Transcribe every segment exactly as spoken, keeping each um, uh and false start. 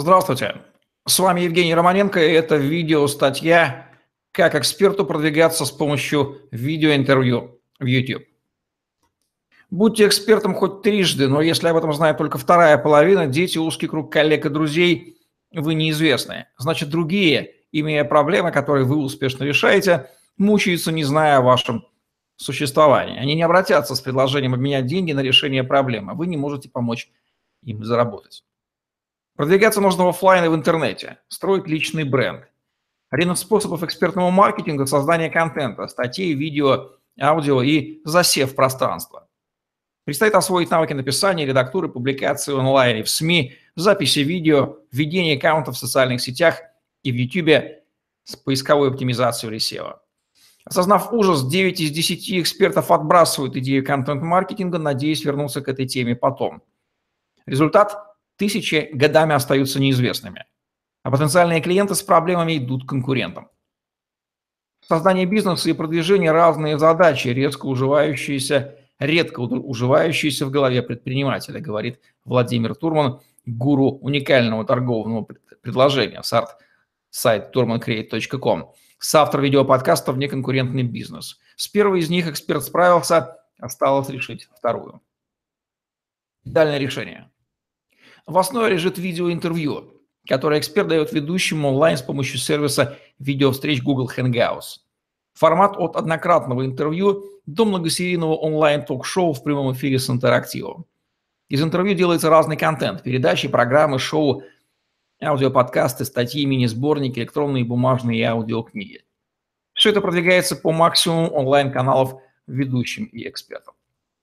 Здравствуйте, с вами Евгений Романенко, и это видео-статья «Как эксперту продвигаться с помощью видеоинтервью в YouTube». Будьте экспертом хоть трижды, но если об этом знает только вторая половина, дети, узкий круг коллег и друзей, вы неизвестны. Значит, другие, имея проблемы, которые вы успешно решаете, мучаются, не зная о вашем существовании. Они не обратятся с предложением обменять деньги на решение проблемы. Вы не можете помочь им заработать. Продвигаться нужно в офлайн и в интернете, строить личный бренд. Рынок способов экспертного маркетинга – создание контента, статей, видео, аудио и засев пространства. Предстоит освоить навыки написания, редактуры, публикации онлайн и в СМИ, записи видео, ведения аккаунтов в социальных сетях и в YouTube с поисковой оптимизацией ресева. Осознав ужас, девять из десяти экспертов отбрасывают идею контент-маркетинга, надеясь вернуться к этой теме потом. Результат – тысячи годами остаются неизвестными, а потенциальные клиенты с проблемами идут к конкурентам. Создание бизнеса и продвижение – разные задачи, резко уживающиеся, редко уживающиеся в голове предпринимателя, говорит Владимир Турман, гуру уникального торгового предложения, сайт турман креейт точка ком, соавтор видеоподкаста «Внеконкурентный бизнес». С первой из них эксперт справился, осталось решить вторую. Идеальное решение. В основе лежит видеоинтервью, которое эксперт дает ведущему онлайн с помощью сервиса видеовстреч Google Hangouts. Формат от однократного интервью до многосерийного онлайн-ток-шоу в прямом эфире с интерактивом. Из интервью делается разный контент – передачи, программы, шоу, аудиоподкасты, статьи, мини-сборники, электронные, бумажные и аудиокниги. Все это продвигается по максимуму онлайн-каналов ведущим и экспертам.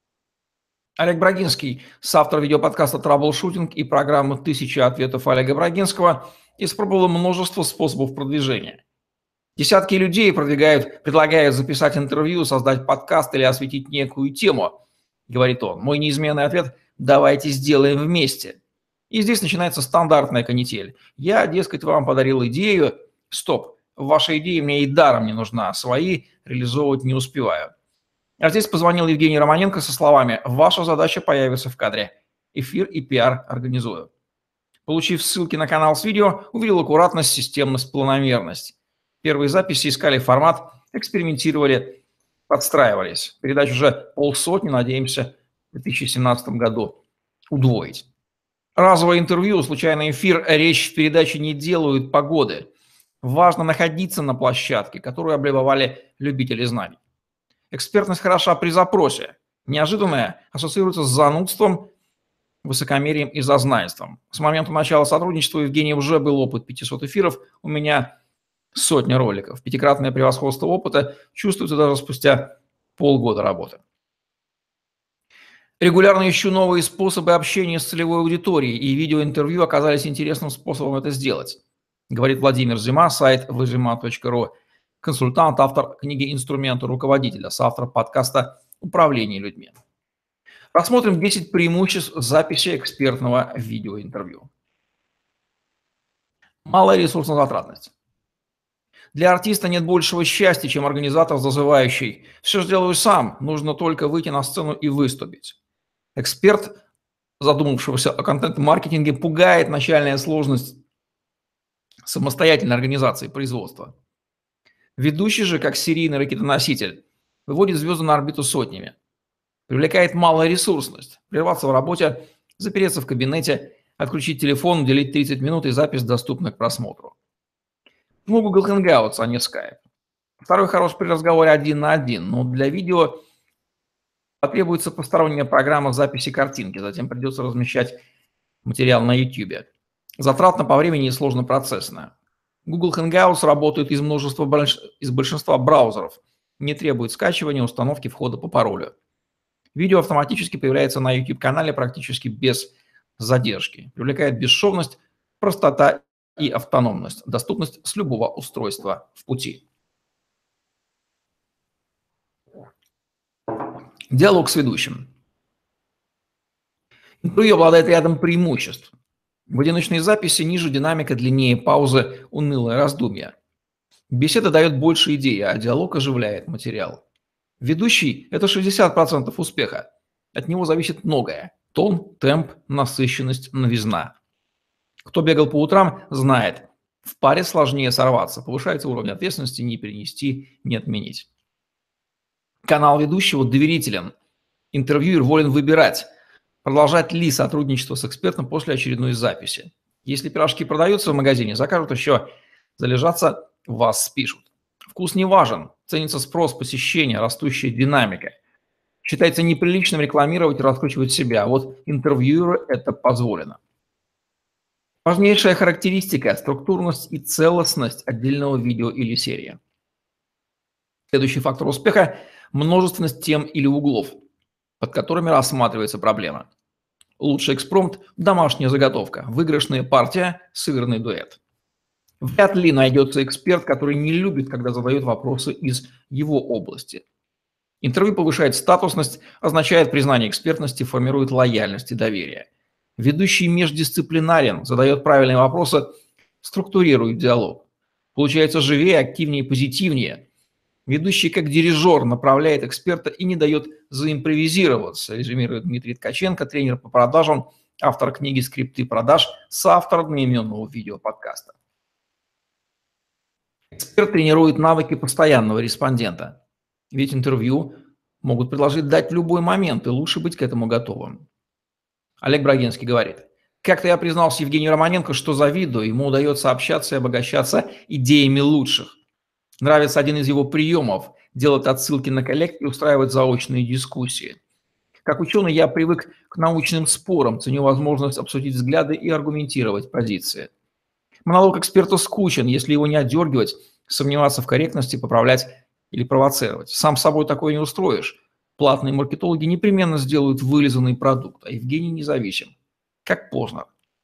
Олег Брагинский, соавтор видеоподкаста «Траблшутинг» и программы «Тысяча ответов» Олега Брагинского, испробовал множество способов продвижения. Десятки людей продвигают, предлагают записать интервью, создать подкаст или осветить некую тему, говорит он. Мой неизменный ответ – давайте сделаем вместе. И здесь начинается стандартная канитель. Я, дескать, вам подарил идею. Стоп, ваша идея мне и даром не нужна, свои реализовывать не успеваю. А здесь позвонил Евгений Романенко со словами «Ваша задача появится в кадре. Эфир и пиар организую». Получив ссылки на канал с видео, увидел аккуратность, системность, планомерность. Первые записи искали формат, экспериментировали, подстраивались. Передач уже полсотни, надеемся, в две тысячи семнадцатом году удвоить. Разовое интервью, случайный эфир, речь в передаче не делают погоды. Важно находиться на площадке, которую облюбовали любители знаний. Экспертность хороша при запросе. Неожиданное ассоциируется с занудством, высокомерием и зазнайством. С момента начала сотрудничества у Евгения уже был опыт пятисот эфиров, у меня сотня роликов. Пятикратное превосходство опыта чувствуется даже спустя полгода работы. Регулярно ищу новые способы общения с целевой аудиторией, и видеоинтервью оказались интересным способом это сделать, говорит Владимир Зима, сайт ви зима точка ру. Консультант, автор книги «Инструменты руководителя», соавтор подкаста «Управление людьми». Рассмотрим десять преимуществ записи экспертного видеоинтервью. Малая ресурсно-затратность. Для артиста нет большего счастья, чем организатор зазывающий. Все сделаю сам, нужно только выйти на сцену и выступить. Эксперт, задумавшийся о контент-маркетинге, пугает начальная сложность самостоятельной организации производства. Ведущий же, как серийный ракетоноситель, выводит звезды на орбиту сотнями. Привлекает малая ресурсность. Прерваться в работе, запереться в кабинете, отключить телефон, уделить тридцать минут, и запись доступна к просмотру. Ну, Google Hangouts, а не Skype. Второй хорош при разговоре один на один, но для видео потребуется посторонняя программа записи картинки, затем придется размещать материал на YouTube. Затратно по времени и сложно процессно. Google Hangouts работает из множества из большинства браузеров, не требует скачивания, установки, входа по паролю. Видео автоматически появляется на YouTube-канале практически без задержки. Привлекает бесшовность, простота и автономность, доступность с любого устройства в пути. Диалог с ведущим. Интервью обладает рядом преимуществ. В одиночной записи ниже динамика, длиннее паузы, унылое раздумье. Беседа дает больше идей, а диалог оживляет материал. Ведущий – это шестьдесят процентов успеха. От него зависит многое – тон, темп, насыщенность, новизна. Кто бегал по утрам, знает, в паре сложнее сорваться, повышается уровень ответственности, не перенести, не отменить. Канал ведущего доверителен. Интервьюер волен выбирать, продолжать ли сотрудничество с экспертом после очередной записи. Если пирожки продаются в магазине, закажут еще, залежаться, вас спишут. Вкус не важен, ценится спрос, посещение, растущая динамика. Считается неприличным рекламировать и раскручивать себя, а вот интервьюеру это позволено. Важнейшая характеристика – структурность и целостность отдельного видео или серии. Следующий фактор успеха – множественность тем или углов, под которыми рассматривается проблема. Лучший экспромт – домашняя заготовка, выигрышная партия, сыгранный дуэт. Вряд ли найдется эксперт, который не любит, когда задают вопросы из его области. Интервью повышает статусность, означает признание экспертности, формирует лояльность и доверие. Ведущий междисциплинарен, задает правильные вопросы, структурирует диалог. Получается живее, активнее, позитивнее. Ведущий как дирижер направляет эксперта и не дает заимпровизироваться, резюмирует Дмитрий Ткаченко, тренер по продажам, автор книги «Скрипты продаж», соавтор одноименного видеоподкаста. Эксперт тренирует навыки постоянного респондента. Ведь интервью могут предложить дать в любой момент, и лучше быть к этому готовым. Олег Брагинский говорит: «Как-то я признался Евгению Романенко, что завидую, ему удается общаться и обогащаться идеями лучших. Нравится один из его приемов – делать отсылки на коллег и устраивать заочные дискуссии. Как ученый я привык к научным спорам, ценю возможность обсудить взгляды и аргументировать позиции. Монолог эксперта скучен, если его не отдергивать, сомневаться в корректности, поправлять или провоцировать. Сам с собой такое не устроишь. Платные маркетологи непременно сделают вылизанный продукт, а Евгений независим. Как Познер».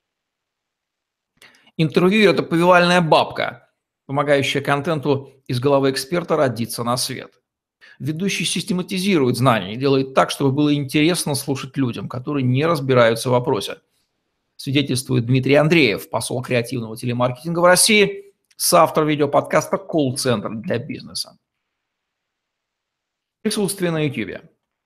Интервью – это повивальная бабка, помогающая контенту из головы эксперта родиться на свет. Ведущий систематизирует знания и делает так, чтобы было интересно слушать людям, которые не разбираются в вопросе. Свидетельствует Дмитрий Андреев, посол креативного телемаркетинга в России, соавтор видеоподкаста «Колл-центр для бизнеса». Присутствие на YouTube.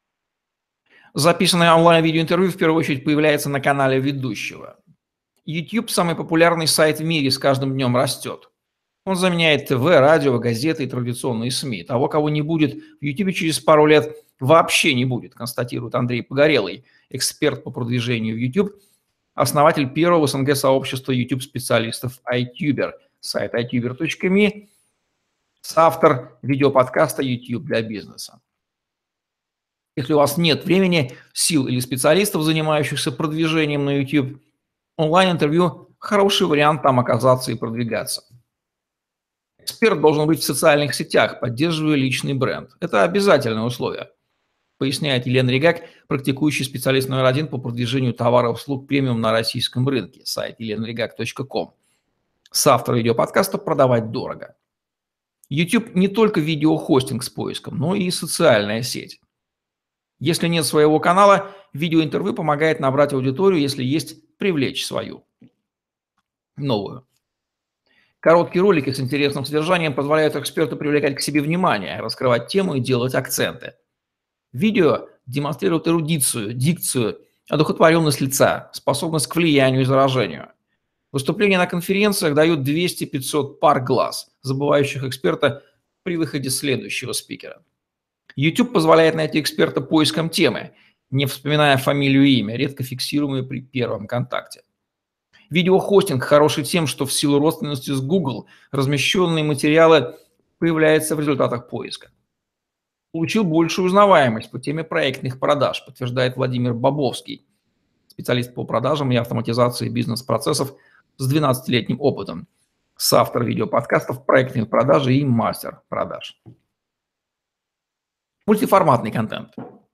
Записанное онлайн-видеоинтервью в первую очередь появляется на канале ведущего. YouTube – самый популярный сайт в мире, с каждым днем растет. Он заменяет ТВ, радио, газеты и традиционные СМИ. Того, кого не будет в YouTube через пару лет, вообще не будет, констатирует Андрей Погорелый, эксперт по продвижению в YouTube, основатель первого в СНГ сообщества YouTube-специалистов iTuber, сайт ай тьюбер точка ми, соавтор видеоподкаста YouTube для бизнеса. Если у вас нет времени, сил или специалистов, занимающихся продвижением на YouTube, онлайн-интервью – хороший вариант там оказаться и продвигаться. Эксперт должен быть в социальных сетях, поддерживая личный бренд. Это обязательное условие, поясняет Елена Ригак, практикующий специалист номер один по продвижению товаров и услуг премиум на российском рынке, сайт елена ригак точка ком. Соавтор видеоподкаста «Продавать дорого». YouTube не только видеохостинг с поиском, но и социальная сеть. Если нет своего канала, видеоинтервью помогает набрать аудиторию, если есть привлечь свою новую. Короткие ролики с интересным содержанием позволяют эксперту привлекать к себе внимание, раскрывать тему и делать акценты. Видео демонстрирует эрудицию, дикцию, одухотворенность лица, способность к влиянию и заражению. Выступления на конференциях дают двести-пятьсот пар глаз, забывающих эксперта при выходе следующего спикера. YouTube позволяет найти эксперта поиском темы, не вспоминая фамилию и имя, редко фиксируемые при первом контакте. Видеохостинг хороший тем, что в силу родственности с Google размещенные материалы появляются в результатах поиска. Получил большую узнаваемость по теме проектных продаж, подтверждает Владимир Бобовский, специалист по продажам и автоматизации бизнес-процессов с двенадцатилетним опытом, соавтор видеоподкастов «Проектные продажи» и «Мастер продаж». Мультиформатный контент.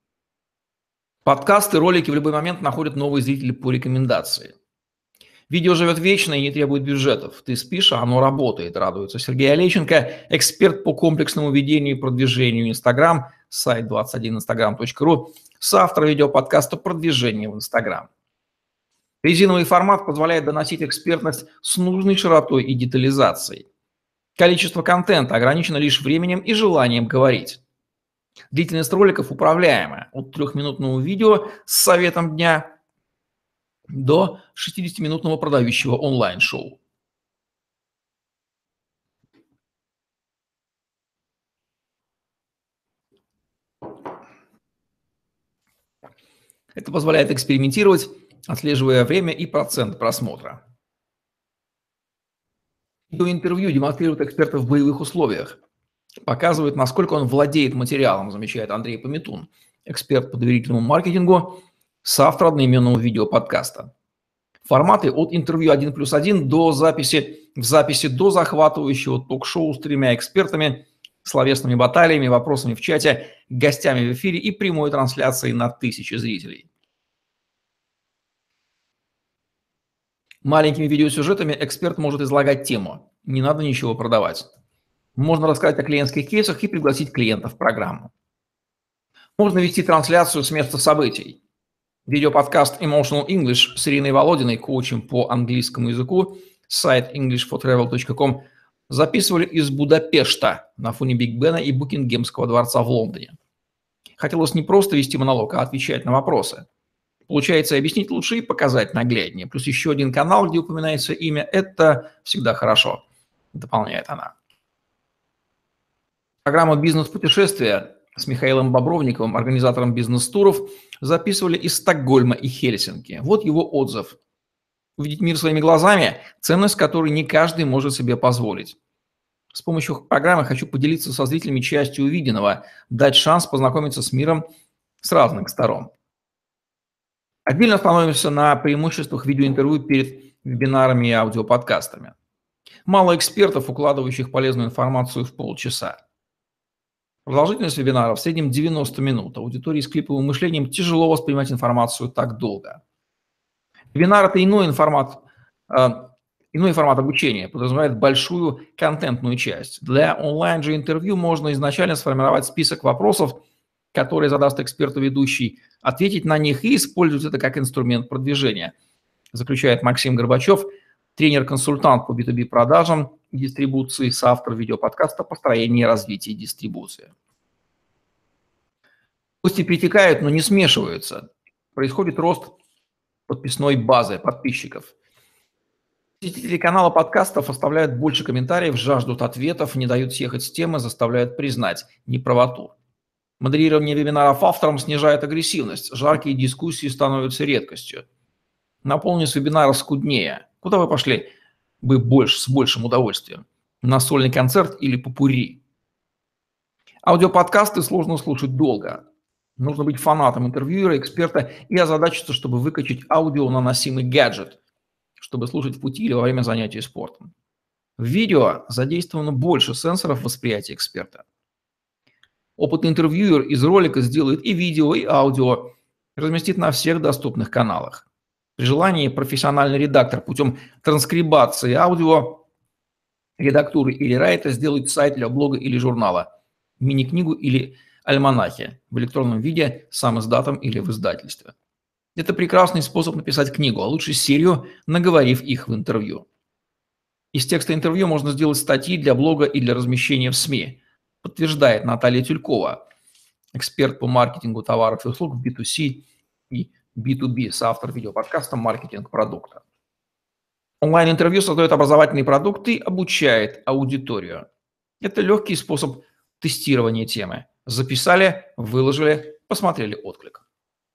Подкасты, ролики в любой момент находят новые зрители по рекомендации. Видео живет вечно и не требует бюджетов. Ты спишь, а оно работает, радуется Сергей Олейченко, эксперт по комплексному ведению и продвижению Instagram, сайт двадцать один инстаграм точка ру, соавтор видеоподкаста «Продвижение в Instagram». Резиновый формат позволяет доносить экспертность с нужной широтой и детализацией. Количество контента ограничено лишь временем и желанием говорить. Длительность роликов управляемая. От трехминутного видео с советом дня до шестидесятиминутного продающего онлайн-шоу. Это позволяет экспериментировать, отслеживая время и процент просмотра. Видеоинтервью демонстрирует эксперта в боевых условиях, показывает, насколько он владеет материалом, замечает Андрей Пометун, эксперт по доверительному маркетингу, соавтор одноименного видеоподкаста. Форматы от интервью один плюс один до записи, в записи до захватывающего ток-шоу с тремя экспертами, словесными баталиями, вопросами в чате, гостями в эфире и прямой трансляцией на тысячи зрителей. Маленькими видеосюжетами эксперт может излагать тему. Не надо ничего продавать. Можно рассказать о клиентских кейсах и пригласить клиентов в программу. Можно вести трансляцию с места событий. Видеоподкаст Emotional English с Ириной Володиной, коучем по английскому языку, сайт english for travel точка com, записывали из Будапешта на фоне Биг Бена и Букингемского дворца в Лондоне. Хотелось не просто вести монолог, а отвечать на вопросы. Получается, объяснить лучше и показать нагляднее. Плюс еще один канал, где упоминается имя, это всегда хорошо, дополняет она. Программу «Бизнес-путешествия» с Михаилом Бобровниковым, организатором бизнес-туров, записывали из Стокгольма и Хельсинки. Вот его отзыв. Увидеть мир своими глазами – ценность, которую не каждый может себе позволить. С помощью программы хочу поделиться со зрителями частью увиденного, дать шанс познакомиться с миром с разных сторон. Отдельно остановимся на преимуществах видеоинтервью перед вебинарами и аудиоподкастами. Мало экспертов, укладывающих полезную информацию в полчаса. Продолжительность вебинара в среднем девяносто минут. Аудитории с клиповым мышлением тяжело воспринимать информацию так долго. Вебинар – это иной формат, э, иной формат обучения, подразумевает большую контентную часть. Для онлайн же интервью можно изначально сформировать список вопросов, которые задаст эксперту ведущий, ответить на них и использовать это как инструмент продвижения, заключает Максим Горбачев, тренер-консультант по би ту би продажам и дистрибуции, соавтор видеоподкаста «Построение и развитие дистрибуции». Гости перетекают, но не смешиваются. Происходит рост подписной базы подписчиков. Посетители канала подкастов оставляют больше комментариев, жаждут ответов, не дают съехать с темы, заставляют признать неправоту. Модерирование вебинаров автором снижает агрессивность, жаркие дискуссии становятся редкостью. Наполненность вебинара скуднее. Куда вы пошли бы больше, с большим удовольствием? На сольный концерт или попурри? Аудиоподкасты сложно слушать долго. Нужно быть фанатом интервьюера, эксперта и озадачиться, чтобы выкачать аудио на носимый гаджет, чтобы слушать в пути или во время занятий спортом. В видео задействовано больше сенсоров восприятия эксперта. Опытный интервьюер из ролика сделает и видео, и аудио, разместит на всех доступных каналах. При желании профессиональный редактор путем транскрибации аудио, редактуры или райта сделает сайт для блога или журнала, мини-книгу или альманахи в электронном виде, сам издатом или в издательстве. Это прекрасный способ написать книгу, а лучше серию, наговорив их в интервью. Из текста интервью можно сделать статьи для блога и для размещения в СМИ, подтверждает Наталья Тюлькова, эксперт по маркетингу товаров и услуг в би ту си и би ту би, соавтор видеоподкаста «Маркетинг продукта». Онлайн-интервью создает образовательный продукт и обучает аудиторию. Это легкий способ тестирования темы. Записали, выложили, посмотрели отклик.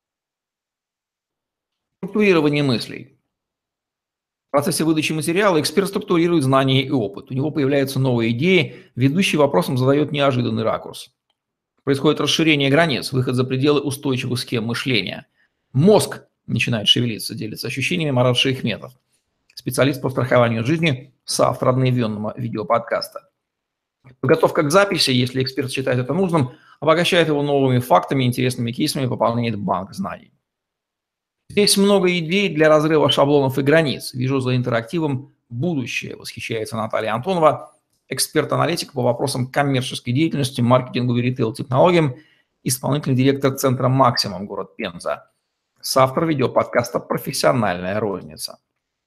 Структурирование мыслей. В процессе выдачи материала эксперт структурирует знания и опыт. У него появляются новые идеи, ведущий вопросом задает неожиданный ракурс. Происходит расширение границ, выход за пределы устойчивых схем мышления. Мозг начинает шевелиться, делится ощущениями Марат Шейхметов, специалист по страхованию жизни, соавтор одноименного видеоподкаста. Подготовка к записи, если эксперт считает это нужным, обогащает его новыми фактами, интересными кейсами, пополняет банк знаний. Здесь много идей для разрыва шаблонов и границ. Вижу за интерактивом будущее, восхищается Наталья Антонова, эксперт-аналитик по вопросам коммерческой деятельности, маркетингу и ритейл-технологиям, исполнительный директор центра «Максимум», город Пенза, соавтор видеоподкаста «Профессиональная розница».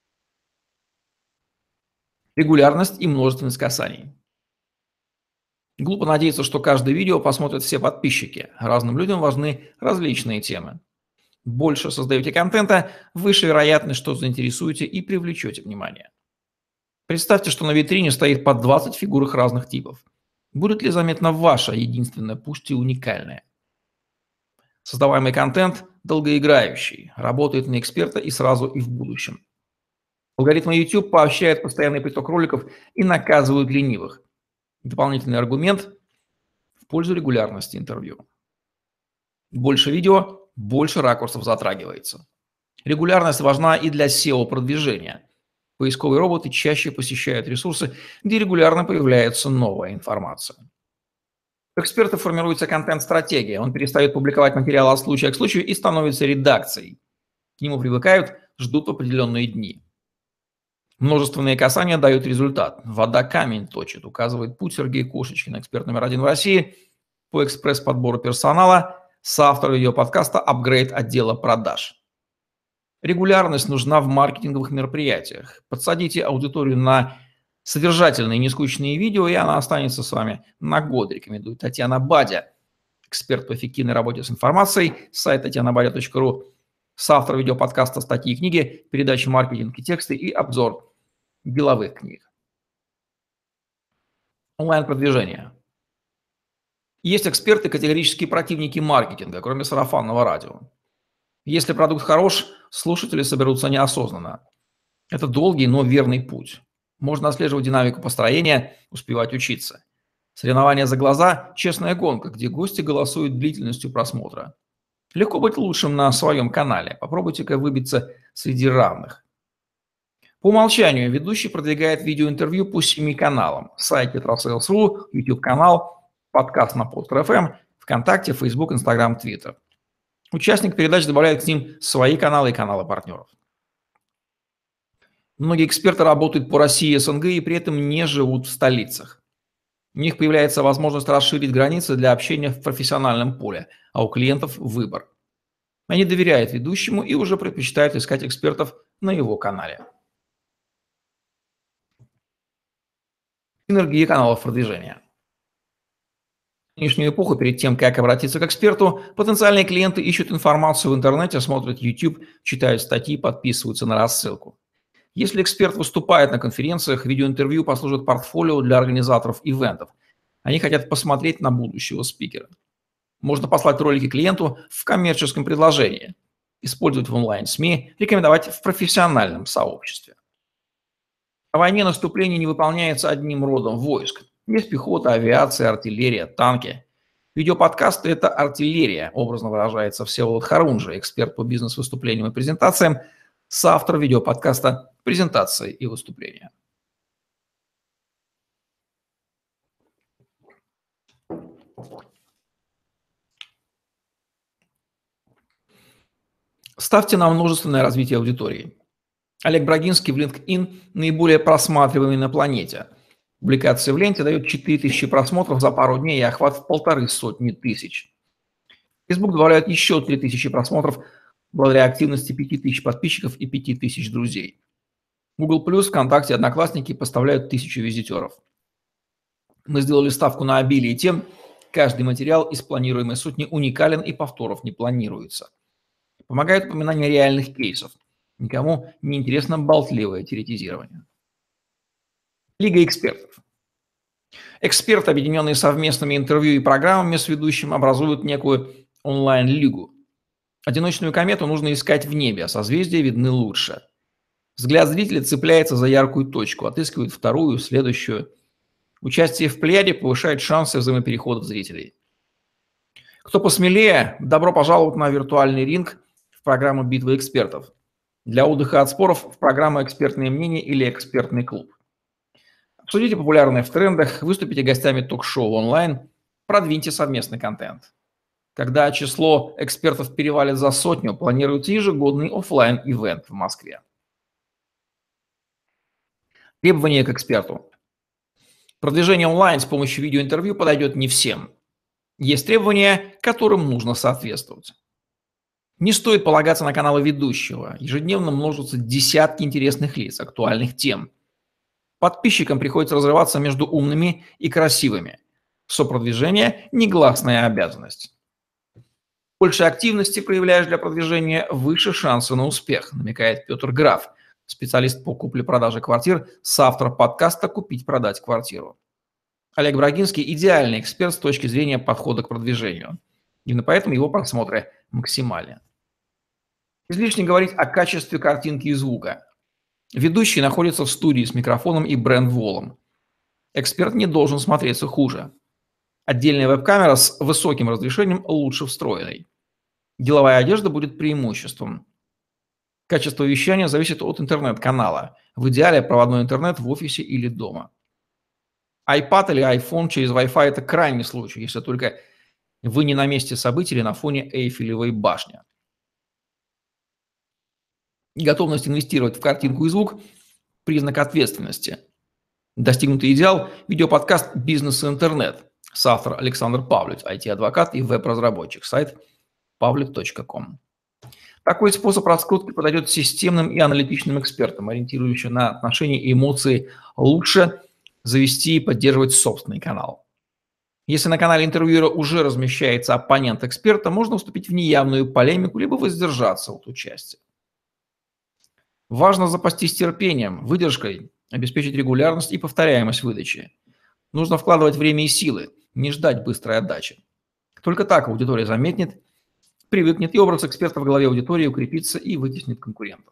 Регулярность и множественность касаний. Глупо надеяться, что каждое видео посмотрят все подписчики. Разным людям важны различные темы. Больше создаете контента, выше вероятность, что заинтересуете и привлечете внимание. Представьте, что на витрине стоит по двадцать фигурок разных типов. Будет ли заметна ваша единственная, пусть и уникальная? Создаваемый контент долгоиграющий, работает на эксперта и сразу, и в будущем. Алгоритмы YouTube поощряют постоянный приток роликов и наказывают ленивых. Дополнительный аргумент в пользу регулярности интервью. Больше видео, больше ракурсов затрагивается. Регулярность важна и для сео-продвижения. Поисковые роботы чаще посещают ресурсы, где регулярно появляется новая информация. У эксперта формируется контент-стратегия. Он перестает публиковать материалы от случая к случаю и становится редакцией. К нему привыкают, ждут в определенные дни. Множественные касания дают результат. Вода камень точит, указывает путь Сергей Кошечкин, эксперт номер один в России по экспресс-подбору персонала, соавтор видеоподкаста «Апгрейд отдела продаж». Регулярность нужна в маркетинговых мероприятиях. Подсадите аудиторию на содержательные, нескучные видео, и она останется с вами на год, рекомендует Татьяна Бадя, эксперт по эффективной работе с информацией, сайт татьяна бадя точка ру, соавтор видеоподкаста, статьи и книги, передачи «Маркетинг и тексты» и обзор деловых книг. Онлайн-продвижение. Есть эксперты, категорические противники маркетинга, кроме сарафанного радио. Если продукт хорош, слушатели соберутся неосознанно. Это долгий, но верный путь. Можно отслеживать динамику построения, успевать учиться. Соревнования за глаза – честная гонка, где гости голосуют длительностью просмотра. Легко быть лучшим на своем канале. Попробуйте-ка выбиться среди равных. По умолчанию ведущий продвигает видеоинтервью по семи каналам. Сайт Petrosales точка ру, YouTube-канал, подкаст на Podster точка эф эм, ВКонтакте, Facebook, Instagram, Twitter. Участник передач добавляет к ним свои каналы и каналы партнеров. Многие эксперты работают по России и СНГ и при этом не живут в столицах. У них появляется возможность расширить границы для общения в профессиональном поле, а у клиентов выбор. Они доверяют ведущему и уже предпочитают искать экспертов на его канале. Синергия каналов продвижения. В нынешнюю эпоху, перед тем, как обратиться к эксперту, потенциальные клиенты ивчат информацию в интернете, смотрят YouTube, читают статьи, подписываются на рассылку. Если эксперт выступает на конференциях, видеоинтервью послужит портфолио для организаторов ивентов. Они хотят посмотреть на будущего спикера. Можно послать ролики клиенту в коммерческом предложении, использовать в онлайн-СМИ, рекомендовать в профессиональном сообществе. О войне наступление не выполняется одним родом войск. Есть пехота, авиация, артиллерия, танки. Видеоподкасты – это артиллерия, образно выражается Всеволод Харунжи, эксперт по бизнес-выступлениям и презентациям, соавтор видеоподкаста «Презентации и выступления». Ставьте на множественное развитие аудитории. Олег Брагинский в LinkedIn наиболее просматриваемый на планете. Публикация в ленте дает четыре тысячи просмотров за пару дней и охват в полторы сотни тысяч. Facebook добавляет еще три тысячи просмотров благодаря активности пяти тысяч подписчиков и пяти тысяч друзей. Google+, ВКонтакте, Одноклассники поставляют тысячу визитеров. Мы сделали ставку на обилие тем, каждый материал из планируемой сотни уникален и повторов не планируется. Помогает упоминание реальных кейсов. Никому не интересно болтливое теоретизирование. Лига экспертов. Эксперты, объединенные совместными интервью и программами с ведущим, образуют некую онлайн-лигу. Одиночную комету нужно искать в небе, а созвездия видны лучше. Взгляд зрителя цепляется за яркую точку, отыскивает вторую, следующую. Участие в плеяде повышает шансы взаимопереходов зрителей. Кто посмелее, добро пожаловать на виртуальный ринг в программу «Битва экспертов». Для отдыха от споров в программу «Экспертные мнения» или «Экспертный клуб». Обсудите популярное в трендах, выступите гостями ток-шоу онлайн, продвиньте совместный контент. Когда число экспертов перевалит за сотню, планируется ежегодный офлайн-ивент в Москве. Требования к эксперту. Продвижение онлайн с помощью видеоинтервью подойдет не всем. Есть требования, которым нужно соответствовать. Не стоит полагаться на каналы ведущего. Ежедневно множатся десятки интересных лиц, актуальных тем. Подписчикам приходится разрываться между умными и красивыми. Сопродвижение – негласная обязанность. Больше активности проявляешь для продвижения, выше шансы на успех, намекает Петр Граф, специалист по купле-продаже квартир, соавтор подкаста «Купить-продать квартиру». Олег Брагинский – идеальный эксперт с точки зрения подхода к продвижению. Именно поэтому его просмотры максимальны. Излишне говорить о качестве картинки и звука. Ведущий находится в студии с микрофоном и бренд-волом. Эксперт не должен смотреться хуже. Отдельная веб-камера с высоким разрешением лучше встроенной. Деловая одежда будет преимуществом. Качество вещания зависит от интернет-канала. В идеале проводной интернет в офисе или дома. iPad или iPhone через Wi-Fi – это крайний случай, если только вы не на месте событий или на фоне Эйфелевой башни. Готовность инвестировать в картинку и звук – признак ответственности. Достигнутый идеал – видеоподкаст «Бизнес и интернет». Соавтор Александр Павлик, ай ти-адвокат и веб-разработчик, сайт павлик точка ком. Такой способ раскрутки подойдет системным и аналитичным экспертам, ориентирующим на отношения и эмоции, лучше завести и поддерживать собственный канал. Если на канале интервьюера уже размещается оппонент эксперта, можно вступить в неявную полемику, либо воздержаться от участия. Важно запастись терпением, выдержкой, обеспечить регулярность и повторяемость выдачи. Нужно вкладывать время и силы, не ждать быстрой отдачи. Только так аудитория заметнет, привыкнет, и образ эксперта в голове аудитории укрепится и вытеснит конкурентов.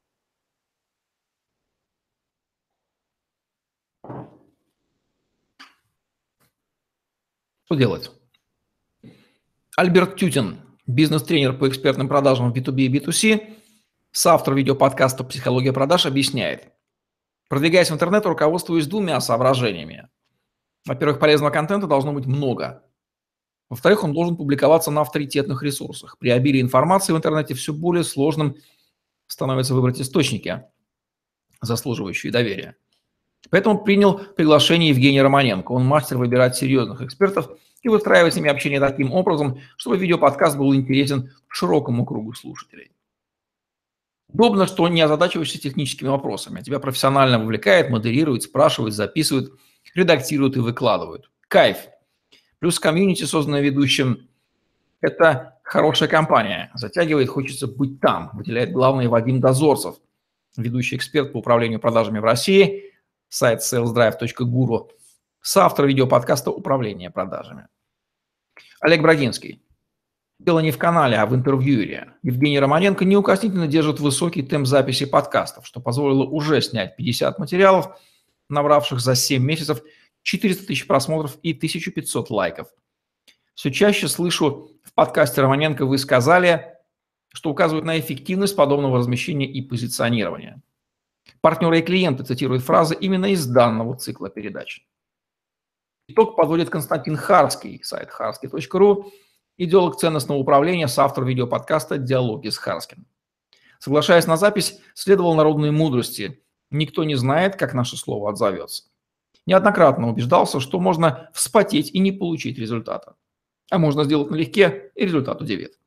Что делать? Альберт Тютин, бизнес-тренер по экспертным продажам в би ту би и би ту си, соавтор видеоподкаста «Психология продаж», объясняет. Продвигаясь в интернет, руководствуюсь двумя соображениями. Во-первых, полезного контента должно быть много. Во-вторых, он должен публиковаться на авторитетных ресурсах. При обилии информации в интернете все более сложным становится выбрать источники, заслуживающие доверия. Поэтому принял приглашение Евгения Романенко. Он мастер выбирать серьезных экспертов и выстраивать с ними общение таким образом, чтобы видеоподкаст был интересен широкому кругу слушателей. Удобно, что не озадачиваешься техническими вопросами. Тебя профессионально вовлекает, модерирует, спрашивает, записывает, редактируют и выкладывают. Кайф. Плюс комьюнити, созданное ведущим, это хорошая компания. Затягивает, хочется быть там, выделяет главный Вадим Дозорцев, ведущий эксперт по управлению продажами в России, сайт сейлс драйв точка гуру, соавтор видеоподкаста «Управление продажами». Олег Брагинский. Дело не в канале, а в интервьюере. Евгений Романенко неукоснительно держит высокий темп записи подкастов, что позволило уже снять пятьдесят материалов, набравших за семь месяцев четыреста тысяч просмотров и тысячу пятьсот лайков. Все чаще слышу в подкасте Романенко «Вы сказали», что указывает на эффективность подобного размещения и позиционирования. Партнеры и клиенты цитируют фразы именно из данного цикла передач. Итог подводит Константин Харский, сайт харский точка ру, идеолог ценностного управления, соавтор видеоподкаста «Диалоги с Харским». Соглашаясь на запись, следовал народной мудрости: никто не знает, как наше слово отзовется. Неоднократно убеждался, что можно вспотеть и не получить результата. А можно сделать налегке, и результат удивит.